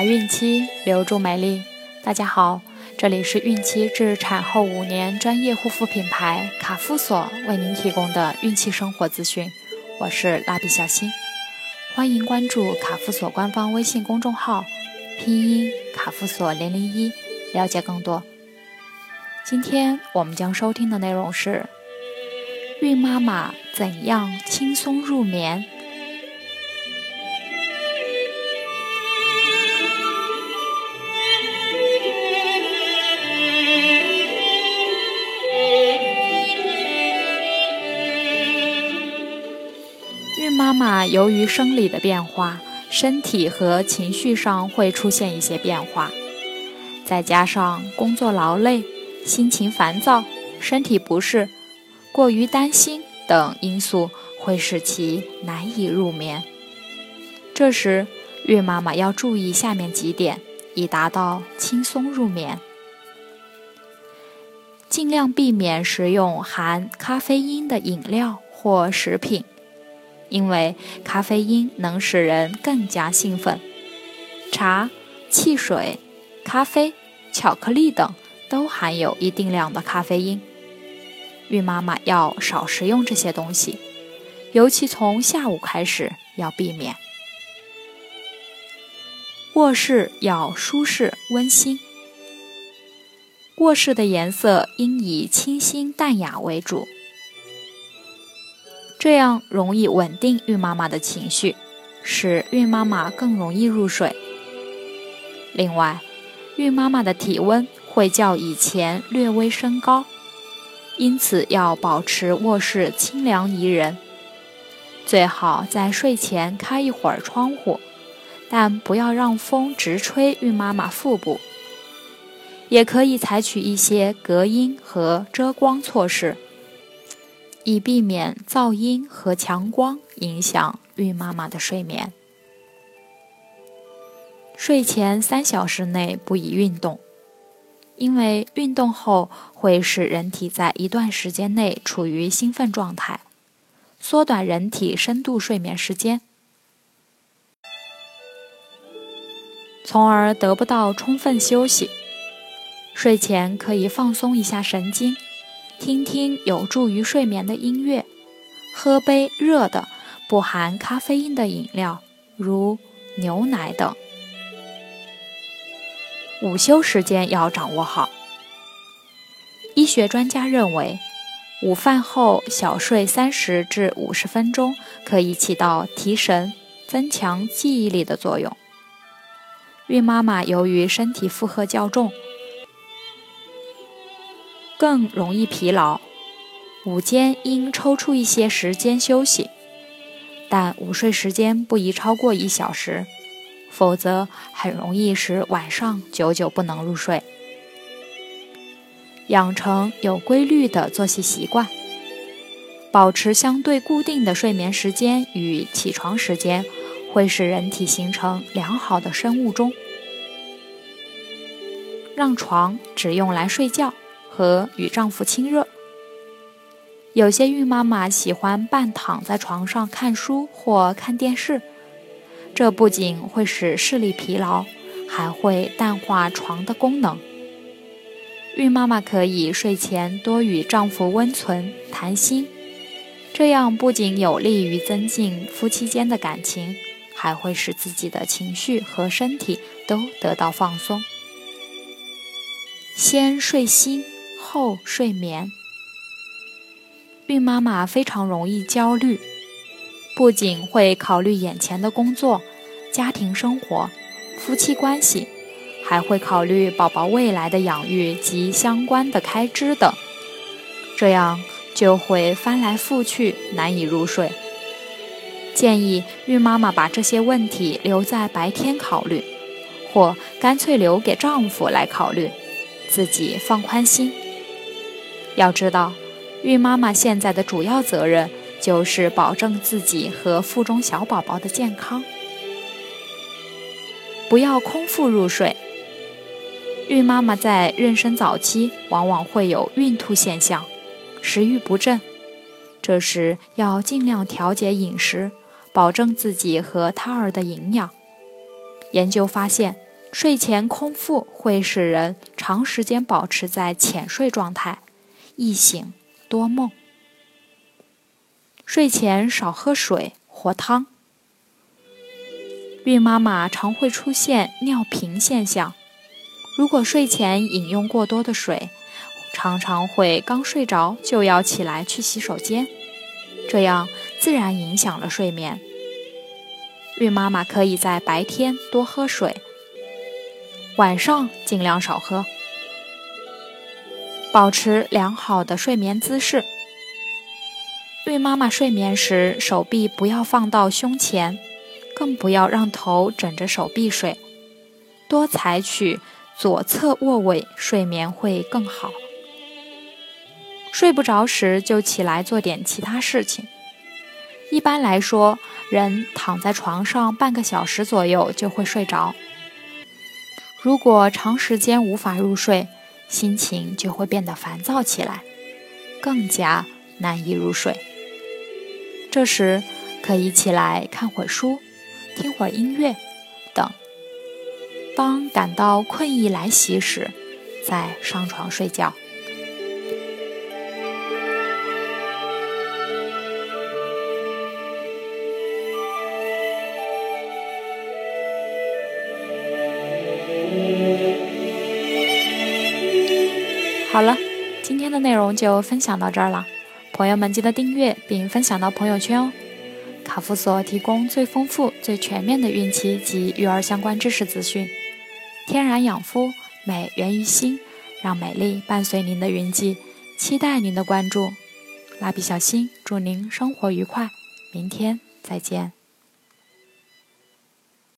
把孕期留住美丽。大家好，这里是孕期至产后5年专业护肤品牌卡夫索为您提供的孕期生活资讯，我是蜡笔小新，欢迎关注卡夫索官方微信公众号，拼音卡夫索001，了解更多。今天我们将收听的内容是孕妈妈怎样轻松入眠。孕妈妈由于生理的变化，身体和情绪上会出现一些变化，再加上工作劳累、心情烦躁、身体不适、过于担心等因素会使其难以入眠。这时，孕妈妈要注意下面几点，以达到轻松入眠。尽量避免食用含咖啡因的饮料或食品，因为咖啡因能使人更加兴奋。茶、汽水、咖啡、巧克力等都含有一定量的咖啡因，孕妈妈要少食用这些东西，尤其从下午开始要避免。卧室要舒适温馨，卧室的颜色应以清新淡雅为主，这样容易稳定孕妈妈的情绪，使孕妈妈更容易入睡。另外，孕妈妈的体温会较以前略微升高，因此要保持卧室清凉宜人。最好在睡前开一会儿窗户，但不要让风直吹孕妈妈腹部。也可以采取一些隔音和遮光措施，以避免噪音和强光影响孕妈妈的睡眠。睡前3小时内不宜运动，因为运动后会使人体在一段时间内处于兴奋状态，缩短人体深度睡眠时间，从而得不到充分休息。睡前可以放松一下神经，听听有助于睡眠的音乐，喝杯热的不含咖啡因的饮料，如牛奶等。午休时间要掌握好。医学专家认为，午饭后小睡30至50分钟可以起到提神、增强记忆力的作用。孕妈妈由于身体负荷较重，更容易疲劳，午间应抽出一些时间休息，但午睡时间不宜超过1小时，否则很容易使晚上久久不能入睡。养成有规律的作息习惯，保持相对固定的睡眠时间与起床时间，会使人体形成良好的生物钟。让床只用来睡觉和与丈夫亲热。有些孕妈妈喜欢半躺在床上看书或看电视，这不仅会使视力疲劳，还会淡化床的功能。孕妈妈可以睡前多与丈夫温存谈心，这样不仅有利于增进夫妻间的感情，还会使自己的情绪和身体都得到放松。先睡心后睡眠。孕妈妈非常容易焦虑，不仅会考虑眼前的工作、家庭生活、夫妻关系，还会考虑宝宝未来的养育及相关的开支等，这样就会翻来覆去，难以入睡。建议孕妈妈把这些问题留在白天考虑，或干脆留给丈夫来考虑，自己放宽心。要知道，孕妈妈现在的主要责任就是保证自己和腹中小宝宝的健康，不要空腹入睡。孕妈妈在妊娠早期往往会有孕吐现象，食欲不振，这时要尽量调节饮食，保证自己和胎儿的营养。研究发现， 睡前空腹会使人长时间保持在浅睡状态，易醒多梦。睡前少喝水或汤。孕妈妈常会出现尿频现象，如果睡前饮用过多的水，常常会刚睡着就要起来去洗手间，这样自然影响了睡眠。孕妈妈可以在白天多喝水，晚上尽量少喝。保持良好的睡眠姿势。孕妈妈睡眠时，手臂不要放到胸前，更不要让头枕着手臂睡，多采取左侧卧位，睡眠会更好。睡不着时就起来做点其他事情。一般来说，人躺在床上半个小时左右就会睡着。如果长时间无法入睡，心情就会变得烦躁起来，更加难以入睡。这时可以起来看会书，听会音乐等。当感到困意来袭时，再上床睡觉。好了，今天的内容就分享到这儿了，朋友们记得订阅并分享到朋友圈哦。卡夫所提供最丰富、最全面的孕期及育儿相关知识资讯，天然养肤，美源于心，让美丽伴随您的孕期，期待您的关注。蜡笔小新祝您生活愉快，明天再见。